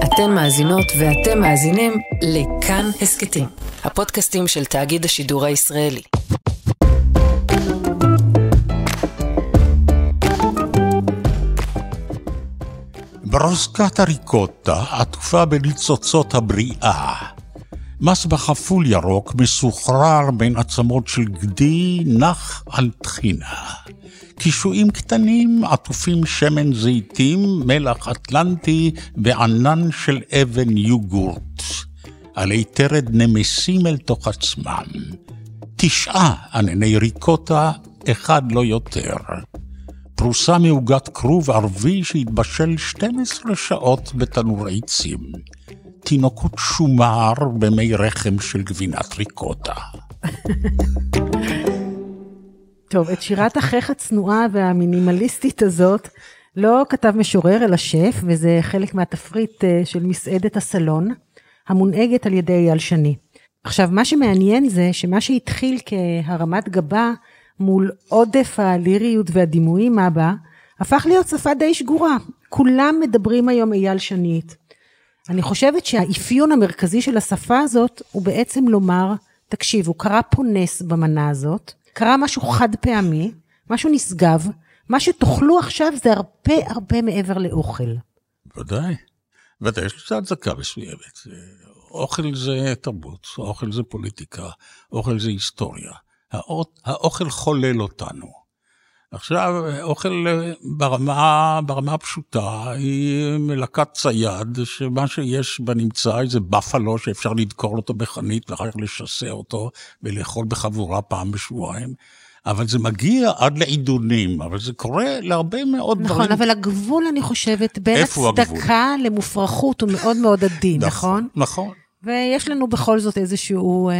אתן מאזינות ואתם מאזינים לכאן הסקטים, הפודקאסטים של תאגיד השידור הישראלי. ברוסקת הריקוטה עטופה בניצוצות הבריאה. מסבך הפול ירוק מסוחרר בין עצמות של גדי נח על תחינה. קישואים קטנים עטופים שמן זיתים, מלח אטלנטי וענן של אבן יוגורט. עלי תרד נמסים אל תוך עצמם. 9 ענני ריקוטה, 1 לא יותר. פרוסה מעוגת כרוב ערבי שהתבשל 12 שעות בתנור עצים. תינוקות שומר במי רחם של גבינת ריקוטה. טוב, את שירת החך הצנועה והמינימליסטית הזאת לא כתב משורר אלא שף, וזה חלק מהתפריט של מסעדת הסלון, המונהגת על ידי אייל שני. עכשיו, מה שמעניין זה שמה שהתחיל כהרמת גבה מול עודף הליריות והדימויים הבא, הפך להיות שפה די שגורה. כולם מדברים היום אייל שנית. אני חושבת שהאפיון המרכזי של השפה הזאת הוא בעצם לומר, תקשיבו, קרה פה נס במנה הזאת, קרה משהו חד פעמי, משהו נשגב, מה שתאכלו עכשיו זה הרבה מעבר לאוכל. ודאי, ודאי, יש לזה הצדקה מסוימת. אוכל זה תרבות, אוכל זה פוליטיקה, אוכל זה היסטוריה. האוכל חולל אותנו. עכשיו, אוכל ברמה הפשוטה היא מלקת צייד, שמה שיש בנמצא זה בפלו שאפשר לדקור אותו בחנית, ואחר כך לשסע אותו ולאכול בחבורה פעם בשבועיים. אבל זה מגיע עד לעידונים, אבל זה קורה להרבה מאוד דברים. נכון, אבל הגבול, אני חושבת, בין הצדקה למופרכות הוא מאוד מאוד עדין, נכון? נכון. ויש לנו בכל זאת איזשהו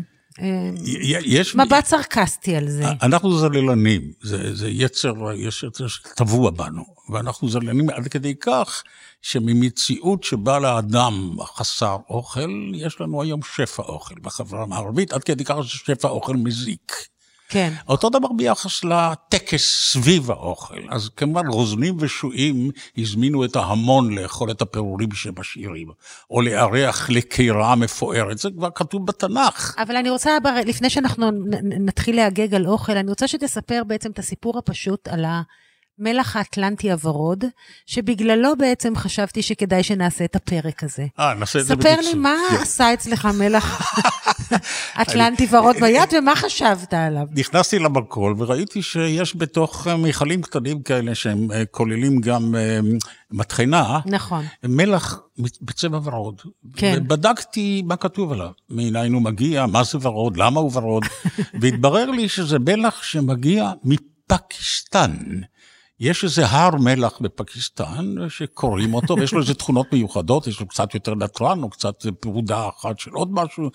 מבט סרקסטי על זה. אנחנו זללנים, זה יצר, יש יצר שטבוע בנו, ואנחנו זללנים עד כדי כך שממציאות שבה לאדם חסר אוכל, יש לנו היום שפע אוכל בחברה המערבית, עד כדי כך ששפע אוכל מזיק. כן. אותו דבר ביחס לטקס סביב האוכל. אז כמובן רוזנים ושועים הזמינו את ההמון לאכול את הפירורים שמשאירים, או לארח לקירה מפוארת, זה כבר כתוב בתנ"ך. אבל אני רוצה, לפני שאנחנו נתחיל להגג על אוכל, אני רוצה שתספר בעצם את הסיפור הפשוט על המלח האטלנטי הוורוד, שבגללו בעצם חשבתי שכדאי שנעשה את הפרק הזה. נעשה את זה בקיצור. ספר לי מה עשה אצלך מלח אטלנטי ורוד ביד, ומה חשבת עליו? נכנסתי למרכול וראיתי שיש בתוך מיכלים קטנים כאלה, שהם כוללים גם מטחנה, נכון. מלח בצבע ורוד. כן. ובדקתי מה כתוב עליו, מאין הוא מגיע, מה זה ורוד, למה הוא ורוד, והתברר לי שזה מלח שמגיע מפקיסטן. יש איזה הר מלח בפקיסטן שקוראים אותו, ויש לו איזה תכונות מיוחדות, יש לו קצת יותר נטרן, או קצת פרודה אחת של עוד משהו,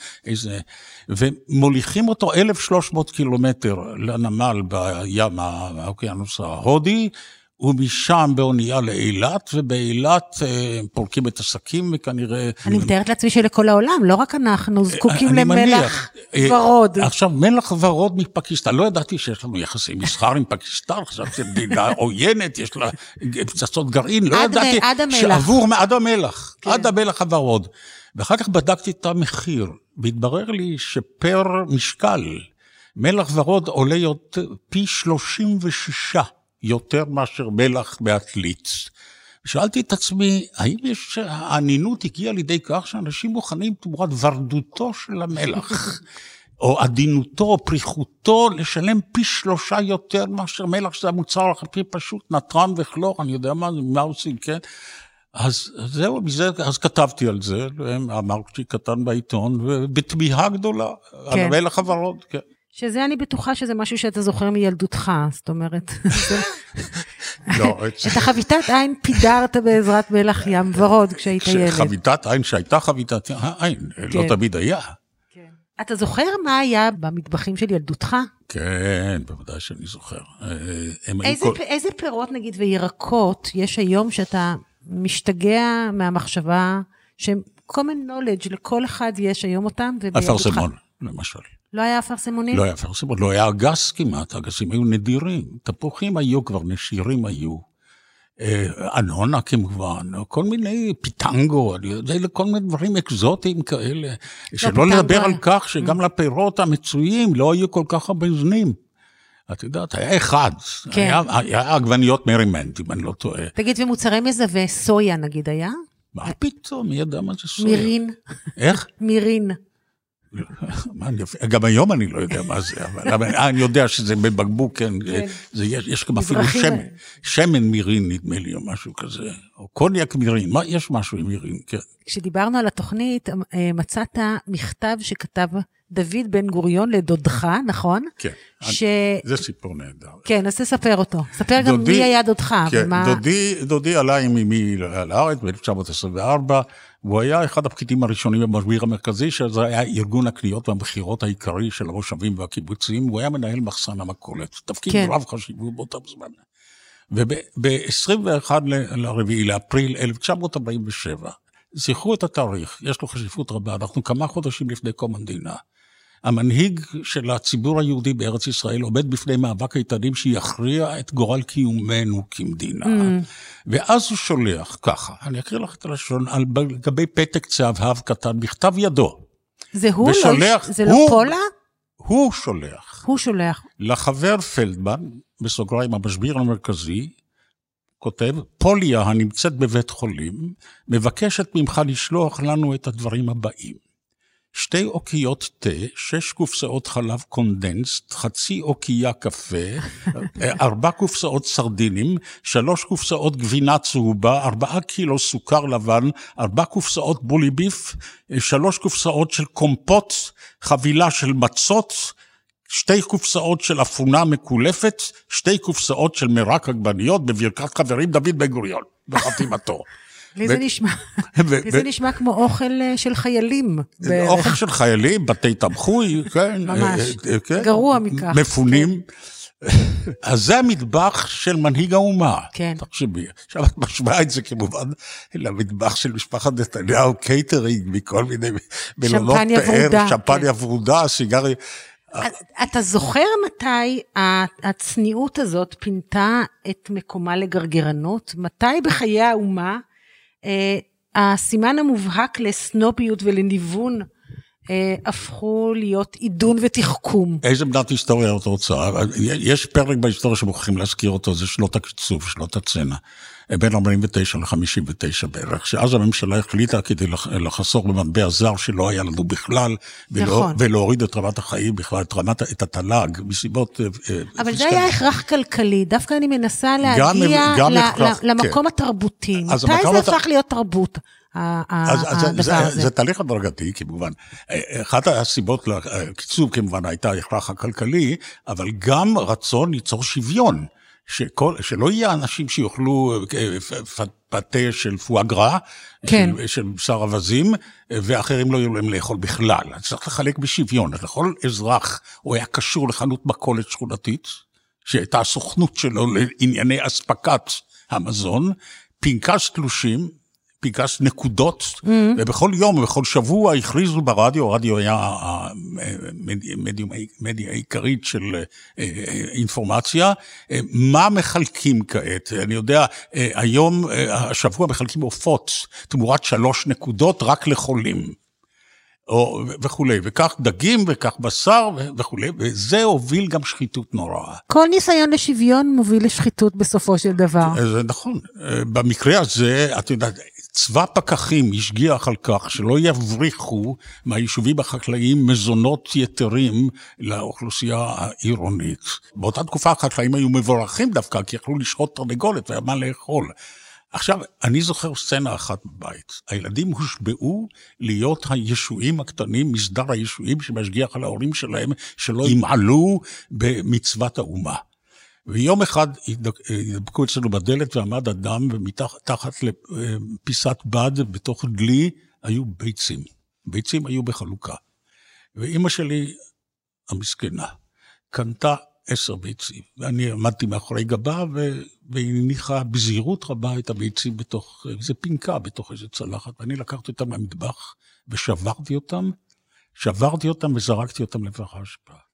ומוליכים אותו 1,300 קילומטר לנמל בים האוקיינוס ההודי, ומשם באונייה לאילת, ובאילת פורקים את השקים, וכנראה... אני מתארת לעצמי שלכל העולם, לא רק אנחנו זקוקים למלח ורוד. עכשיו, מלח ורוד מפקיסטן, לא ידעתי שיש לנו יחסי מסחר עם פקיסטן, חשבתי מדינה עוינת, יש לה פצצות גרעין, לא ידעתי שעבור עד המלח, עד המלח הוורוד. ואחר כך בדקתי את המחיר, והתברר לי שפר משקל, מלח ורוד עולה פי 36 יותר מאשר מלח בעתלית. שאלתי את עצמי, האם הענינות הגיעה לידי כך שאנשים מוכנים תמורת ורדותו של המלח, או עדינותו, או פריחותו, לשלם פי 3 יותר מאשר מלח, שזה המוצר הכי פשוט, נטרן וכלור, אני יודע מה עושים, כן? אז זהו, אז כתבתי על זה, אמרתי קטן בעיתון, ובתמיהה גדולה, על המלח הוורוד, כן. שזה אני בטוחה שזה משהו שאתה זוכר מילדותך, זאת אומרת. את החביתת עין פידרת בעזרת מלח ים ורוד כשהיית ילד. חביתת עין שהייתה חביתת עין, לא תמיד היה. אתה זוכר מה היה במטבחים של ילדותך? כן, בוודאי שאני זוכר. איזה פירות נגיד וירקות יש היום שאתה משתגע מהמחשבה, שהם common knowledge, לכל אחד יש היום אותם, אפרסמון, למשל. לא היה אפרסמונים? לא היה אפרסמון, לא היה אגס כמעט, אגסים היו נדירים, תפוחים היו כבר, נשירים היו. אנונה כמובן, כל מיני פיטנגו, כל מיני דברים אקזוטיים כאלה, שלא לדבר על כך שגם לפירות המצויים לא היו כל כך הרבה זנים. את יודעת, היה אחד, היה עגבניות מרימנט, אם אני לא טועה. תגיד, ומוצרי מזווה, סויה נגיד היה? מה פתאום, מי ידע מה זה סויה? מירין. איך? מירין. גם היום אני לא יודע מה זה, אבל אני יודע שזה בבקבוק, יש גם אפילו שמן מירין, נדמה לי, או משהו כזה, או קוניאק מירין, יש משהו עם מירין, כן. כשדיברנו על התוכנית, מצאת מכתב שכתב דוד בן גוריון לדודך, נכון? כן, זה סיפור נהדר. כן, אז תספר אותו. ספר גם מי היה דודך. כן, דודי עלה עם אמי לארץ ב-1924, והוא היה אחד הפקידים הראשונים במשביר המרכזי, שזה היה ארגון הקניות והמכירות העיקרי של המושבים והקיבוצים, הוא היה מנהל מחסן המכולת, תפקיד רב חשיבות באותם זמן. וב-21 לאפריל 1947, זכרו את התאריך, יש לו חשיבות רבה, אנחנו כמה חודשים לפני קום המדינה. המנהיג של הציבור היהודי בארץ ישראל עומד בפני מאבק איתנים שיכריע את גורל קיומנו כמדינה. ואז הוא שולח ככה, אני אקריא לך את הלשון, על גבי פתק צהבהב קטן, בכתב ידו. זה הוא? זה לא פולה? הוא שולח. הוא שולח. לחבר פלדמן, בסוגריים המשביר המרכזי, כותב, פוליה הנמצאת בבית חולים, מבקשת ממך לשלוח לנו את הדברים הבאים. 2 אוקיות תה, 6 קופסאות חלב קונדנסט, חצי אוקייה קפה, 4 קופסאות סרדינים, 3 קופסאות גבינה צהובה, 4 קילו סוכר לבן, 4 קופסאות בולי ביף, 3 קופסאות של קומפוט, חבילה של מצות, 2 קופסאות של אפונה מקולפת, 2 קופסאות של מרק עגבניות, בברכת חברים דוד בן גוריון, בחתימתו. לי זה נשמע כמו אוכל של חיילים. אוכל של חיילים, בתי תמחוי, כן. ממש, גרוע מכך. מפונים. אז זה המטבח של מנהיג האומה. כן. תחשבי. עכשיו את משמעה את זה כמובן למטבח של משפחת נתניהו, קייטרינג, מכל מיני מלונות פאר, שמפניה ורודה, סיגרי. אתה זוכר מתי הצניעות הזאת פינתה את מקומה לגרגרנות? מתי בחיי האומה הסימן המובהק לסנוביות ולניוון הפכו להיות עידון ותחכום? איזה מנת היסטוריה את רוצה? יש פרק בהיסטוריה שמוכרחים להזכיר אותו, זה שנות הקיצוב, שנות הצנע, בין 49 ל-59 בערך, שאז הממשלה החליטה כדי לחסור במטבע זר שלא היה לנו בכלל, ולהוריד את רמת החיים בכלל, את התל"ג, מסיבות... אבל זה היה הכרח כלכלי, דווקא אני מנסה להגיע למקום התרבותי. מתי זה הפך להיות תרבות? זה תהליך הדרגתי כמובן. אחת הסיבות לקיצוב כמובן הייתה ההכרח הכלכלי, אבל גם רצון ליצור שוויון, שלא יהיה אנשים שיוכלו פתה של פואגרה, של בשר אווזים, ואחרים לא יהיו להם לאכול בכלל. אז צריך לחלק בשוויון. לכל אזרח הוא היה קשור לחנות מכולת שכונתית, שהייתה הסוכנות שלו לענייני אספקת המזון, פנקס תלושים, פנקס נקודות, ובכל יום ובכל שבוע הכריזו ברדיו, הרדיו היה המדיה העיקרית של אינפורמציה, מה מחלקים כעת? אני יודע, היום, השבוע מחלקים עופות, תמורת 3 נקודות רק לחולים, וכולי, וכך דגים וכך בשר וכולי, וזה הוביל גם שחיתות נוראה. כל ניסיון לשוויון מוביל לשחיתות בסופו של דבר. זה נכון. במקרה הזה, את יודעת, צבא פקחים השגיח על כך שלא יבריחו מהיישובים החקלאיים מזונות יתרים לאוכלוסייה העירונית. באותה תקופה החקלאים היו מבורכים דווקא, כי יכלו לשחוט תרנגולת והיה מה לאכול. עכשיו, אני זוכר סצנה אחת בבית. הילדים הושבעו להיות הישועים הקטנים, מסדר הישועים שמשגיח על ההורים שלהם, שלא ימעלו במצוות האומה. ויום אחד ידבקו אצלנו בדלת ועמד אדם, ומתחת לפיסת בד, בתוך דלי, היו ביצים. ביצים היו בחלוקה. ואמא שלי, המסכנה, קנתה 10 ביצים. ואני עמדתי מאחורי גבה, והיא הניחה בזהירות רבה את הביצים בתוך איזה פנקה, בתוך איזה צלחת. ואני לקחתי אותם מהמטבח, ושברתי אותם וזרקתי אותם לפח האשפה.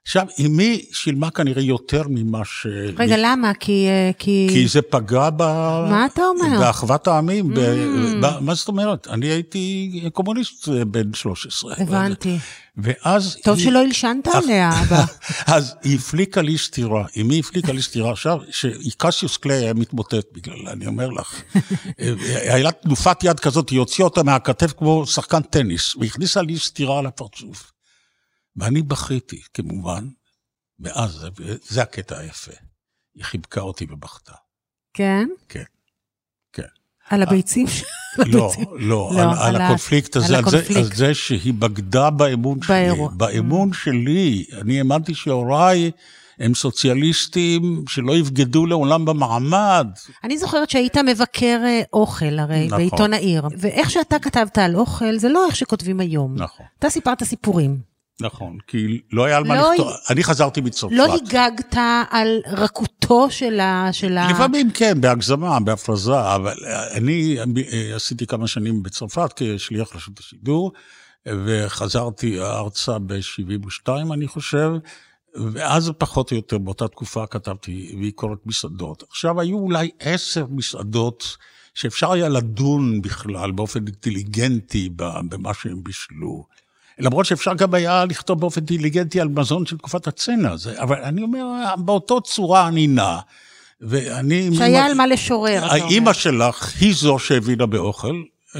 עכשיו, אמי שילמה כנראה יותר ממה רגע, למה? כי זה פגע מה אתה אומר? באחוות העמים. מה זאת אומרת? אני הייתי קומוניסט בן 13. הבנתי. ואז... טוב שלא הלשנת עליה, אבא. אז היא הפליקה לי סתירה. אמי הפליקה לי סתירה. עכשיו, שקסיוס קליי היה מתמוטט בגלל, אני אומר לך. היה לה תנופת יד כזאת, היא הוציאה אותה מהכתף כמו שחקן טניס, והכניסה לי סתירה על הפרצוף. ואני בכיתי, כמובן, ואז, זה הקטע היפה. היא חיבקה אותי ובכתה. כן? כן, כן. על הביצים? לא, על הקונפליקט הזה, על זה שהיא בגדה באמון שלי. באמון שלי. אני האמנתי שהוריי הם סוציאליסטים שלא יבגדו לעולם במעמד. אני זוכרת שהיית מבקר אוכל, הרי, בעיתון העיר. ואיך שאתה כתבת על אוכל, זה לא איך שכותבים היום. נכון. אתה סיפרת סיפורים. נכון, כי לא היה על מה לכתוב. אני חזרתי מצרפת. לא הגגת על רכותו של לפעמים כן, בהגזמה, בהפרזה, אבל אני עשיתי כמה שנים בצרפת כשליח רשות השידור, וחזרתי ארצה ב-72, אני חושב, ואז פחות או יותר באותה תקופה כתבתי ביקורת מסעדות. עכשיו היו אולי 10 מסעדות שאפשר היה לדון בכלל באופן אינטליגנטי במה שהם בישלו. למרות שאפשר גם היה לכתוב באופן אינטליגנטי על מזון של תקופת הצנע, אבל אני אומר, באותו צורה אני נע. שהיה על מה לשורר. האמא שלך היא זו שהבינה באוכל,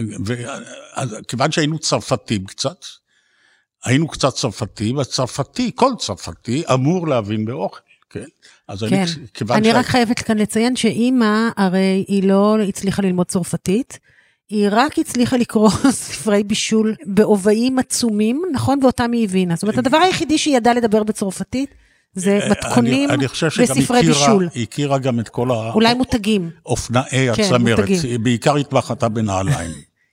וכיוון שהיינו צרפתים קצת, היינו קצת צרפתים, הצרפתי, כל צרפתי אמור להבין באוכל, כן? כן, אני רק חייבת כאן לציין שאמא, הרי היא לא הצליחה ללמוד צרפתית, היא רק הצליחה לקרוא ספרי בישול בעובעים עצומים, נכון? ואותם היא הבינה. זאת אומרת, הדבר היחידי שהיא ידעה לדבר בצרפתית, זה מתכונים וספרי בישול. היא הכירה גם את כל אולי מותגים. אופנאי הצמרת. בעיקר התמחתה בנעליים.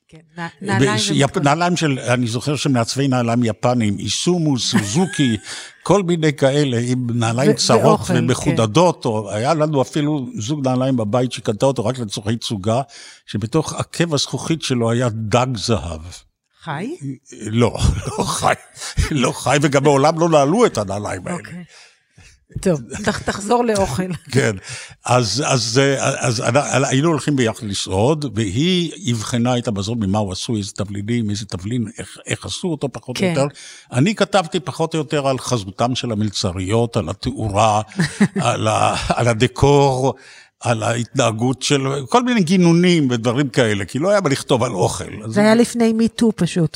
נעליים של, אני זוכר שמעצבי נעליים יפנים, איסומו, סוזוקי, כל מיני כאלה, עם נעליים צרות ומחודדות, או היה לנו אפילו זוג נעליים בבית שקנתה אותו רק לצורכי תסוגה, שבתוך עקב הזכוכית שלו היה דג זהב. חי? לא חי. לא חי, וגם מעולם לא נעלו את הנעליים האלה. טוב, תחזור לאוכל. כן, אז היינו הולכים ביחד לסעוד, והיא הבחנה את המזון ממה הוא עשו, איזה תבלינים, איזה תבלין, איך עשו אותו פחות או יותר. אני כתבתי פחות או יותר על חזותם של המלצריות, על התאורה, על הדקור, על ההתנהגות של כל מיני גינונים ודברים כאלה, כי לא היה מה לכתוב על אוכל. זה היה לפני מיטו פשוט.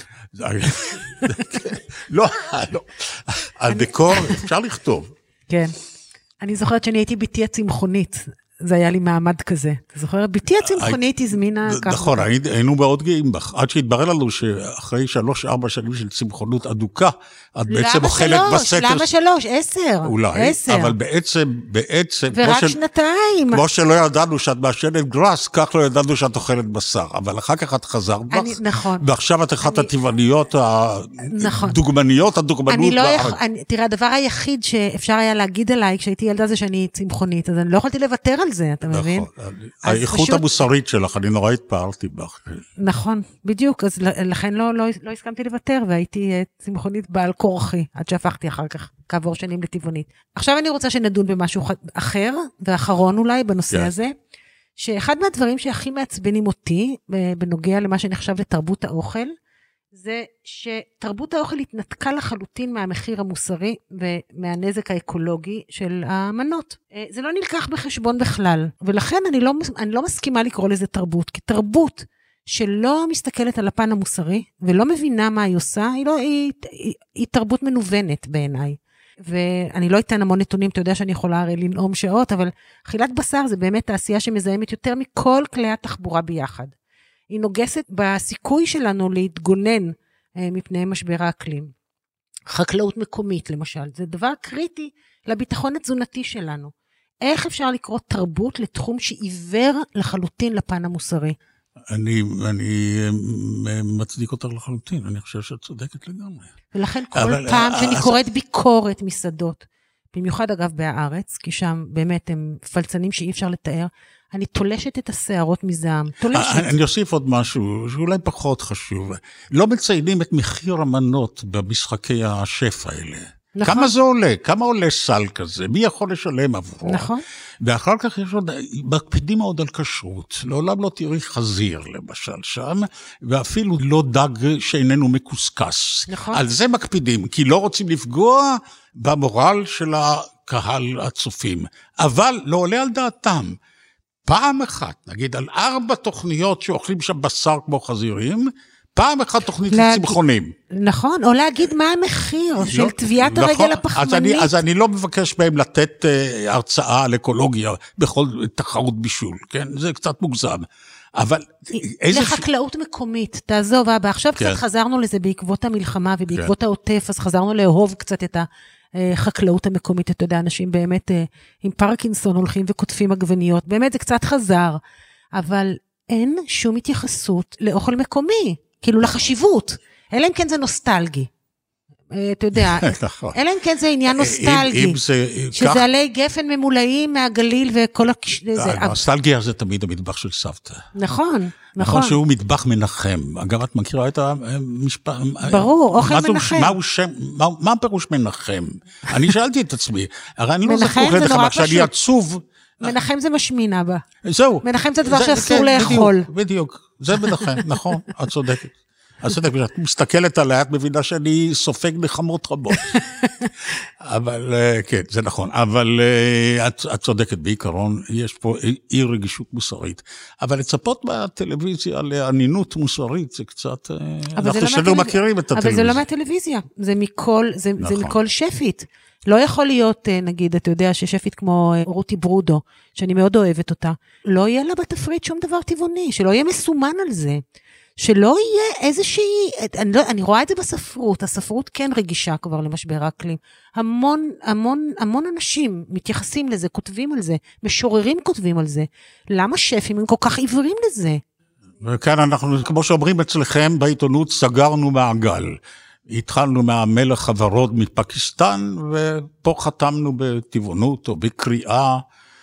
לא, על דקור אפשר לכתוב. כן. אני זוכרת שאני הייתי ביתי הצמחונית. זה היה לי מעמד כזה. אתה זוכר? ביתי הצמחונית הזמינה ככה. נכון, היינו מאוד גאים בך. עד שהתברר לנו שאחרי 3-4 שנים של צמחונות אדוקה, את בעצם אוכלת בסתר. למה 3? 10. אולי, אבל בעצם... ורק שנתיים. כמו שלא ידענו שאת מעשנת גראס, כך לא ידענו שאת אוכלת בשר. אבל אחר כך את חזרת בך. נכון. ועכשיו את אחת הטבעניות הדוגמניות, הדוגמנות בארץ. תראה, הדבר היחיד שאפשר היה להגיד עליי כשהייתי ילדה זה שאני צמחונית, אז אני לא יכולתי לוותר על זה, אתה מבין? האיכות המוסרית שלך, אני נורא התפעלתי בך. נכון, בדיוק, אז לכן לא הסכמתי לוותר, והייתי צמחונית בעל כורחי, עד שהפכתי אחר כך כעבור שנים לטבעונית. עכשיו אני רוצה שנדון במשהו אחר, ואחרון אולי בנושא הזה, שאחד מהדברים שהכי מעצבנים אותי, בנוגע למה שנחשב לתרבות האוכל, זה שתרבות האוכל התנתקה לחלוטין מהמחיר המוסרי ומהנזק האקולוגי של המנות. זה לא נלקח בחשבון בכלל, ולכן אני לא מסכימה לקרוא לזה תרבות, כי תרבות שלא מסתכלת על הפן המוסרי ולא מבינה מה היא עושה, היא תרבות מנוונת בעיניי. ואני לא אתן המון נתונים, אתה יודע שאני יכולה הרי לנאום שעות, אבל אכילת בשר זה באמת תעשייה שמזהמת יותר מכל כלי התחבורה ביחד. היא נוגסת בסיכוי שלנו להתגונן מפני משבר האקלים. חקלאות מקומית למשל, זה דבר קריטי לביטחון התזונתי שלנו. איך אפשר לקרוא תרבות לתחום שעיוור לחלוטין לפן המוסרי? אני מצדיק אותך לחלוטין, אני חושב שאת צודקת לגמרי. ולכן כל פעם שאני קוראת ביקורת מסעדות, במיוחד אגב בהארץ, כי שם באמת הם פלצנים שאי אפשר לתאר, אני תולשת את השערות מזעם. אני אוסיף עוד משהו, שאולי פחות חשוב. לא מציינים את מחיר המנות במשחקי השף האלה. נכון. כמה זה עולה? כמה עולה סל כזה? מי יכול לשלם עבורו? נכון. ואחר כך יש עוד, מקפידים מאוד על כשרות. לעולם לא תראי חזיר, למשל, שם, ואפילו לא דג שאיננו מקוסקס. נכון. על זה מקפידים, כי לא רוצים לפגוע במורל של הקהל הצופים. אבל לא עולה על דעתם. פעם אחת, נגיד על 4 תוכניות שאוכלים שם בשר כמו חזירים, פעם אחת תוכנית לצמחונים. נכון, או להגיד מה המחיר של טביעת הרגל הפחמנית. אז אני לא מבקש מהם לתת הרצאה על אקולוגיה בכל תחרות בישול, כן? זה קצת מוגזם. אבל לחקלאות מקומית, תעזוב אבא, עכשיו קצת חזרנו לזה בעקבות המלחמה ובעקבות העוטף, אז חזרנו לאהוב קצת את החקלאות המקומית, אתה יודע, אנשים באמת עם פרקינסון הולכים וכותפים עגבניות, באמת זה קצת חזר, אבל אין שום התייחסות לאוכל מקומי, כאילו לחשיבות, אלא אם כן זה נוסטלגי. אתה יודע, אלא אם כן זה עניין נוסטלגי, שזה עלי גפן ממולאים מהגליל וכל הנוסטלגיה זה תמיד המטבח של סבתא. נכון. נכון שהוא מטבח מנחם. אגב, את מכירה את המשפט... ברור, אוכל מנחם. מה הפירוש מנחם? אני שאלתי את עצמי, הרי אני לא זכור לך, אבל כשאני עצוב... מנחם זה משמין, אבא. זהו. מנחם זה דבר שאסור לאכול. בדיוק, זה מנחם, נכון, את צודקת. את צודקת, את מסתכלת עליה, את מבינה שאני סופג נחמות רבות. אבל, כן, זה נכון. אבל את צודקת, בעיקרון, יש פה אי רגישות מוסרית. אבל לצפות בטלוויזיה לענינות מוסרית, זה קצת... אנחנו שלא מכירים את הטלוויזיה. אבל זה לא מהטלוויזיה, זה מכל שפית. לא יכול להיות, נגיד, אתה יודע, ששפית כמו רותי ברודו, שאני מאוד אוהבת אותה, לא יהיה לה בתפריט שום דבר טבעוני, שלא יהיה מסומן על זה. שלא יהיה איזושהי, אני רואה את זה בספרות, הספרות כן רגישה כבר למשבר האקלים, המון אנשים מתייחסים לזה, כותבים על זה, משוררים כותבים על זה, למה שפים הם כל כך עיוורים לזה? וכאן אנחנו, כמו שאומרים אצלכם בעיתונות, סגרנו מעגל, התחלנו מהמלך הוורוד מפקיסטן, ופה חתמנו בטבעונות או בקריאה,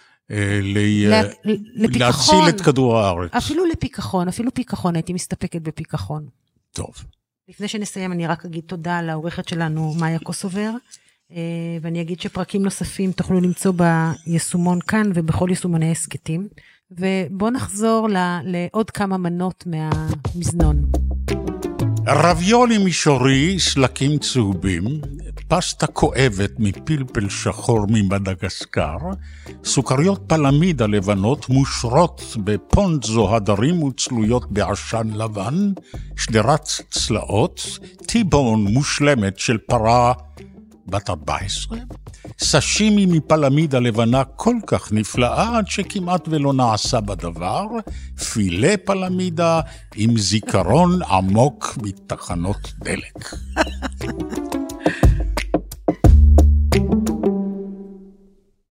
להציל את כדור הארץ. אפילו פיקחון, הייתי מסתפקת בפיקחון. טוב. לפני שנסיים, אני רק אגיד תודה לעורכת שלנו, מאיה קוסובר, ואני אגיד שפרקים נוספים תוכלו למצוא ביישומון כאן, ובכל יישומוני הסקטים, ובואו נחזור לעוד כמה מנות מהמזנון. רביולי מישורי, סלקים צהובים, פסטה כואבת מפלפל שחור ממדגסקר, סוכריות פלמידה לבנות מושרות בפונזו הדרים וצלויות בעשן לבן, שדרת צלעות, טיבון מושלמת של פרה בת 14, סשימי מפלמידה לבנה כל כך נפלאה עד שכמעט ולא נעשה בדבר, פילה פלמידה עם זיכרון עמוק מתחנות דלק.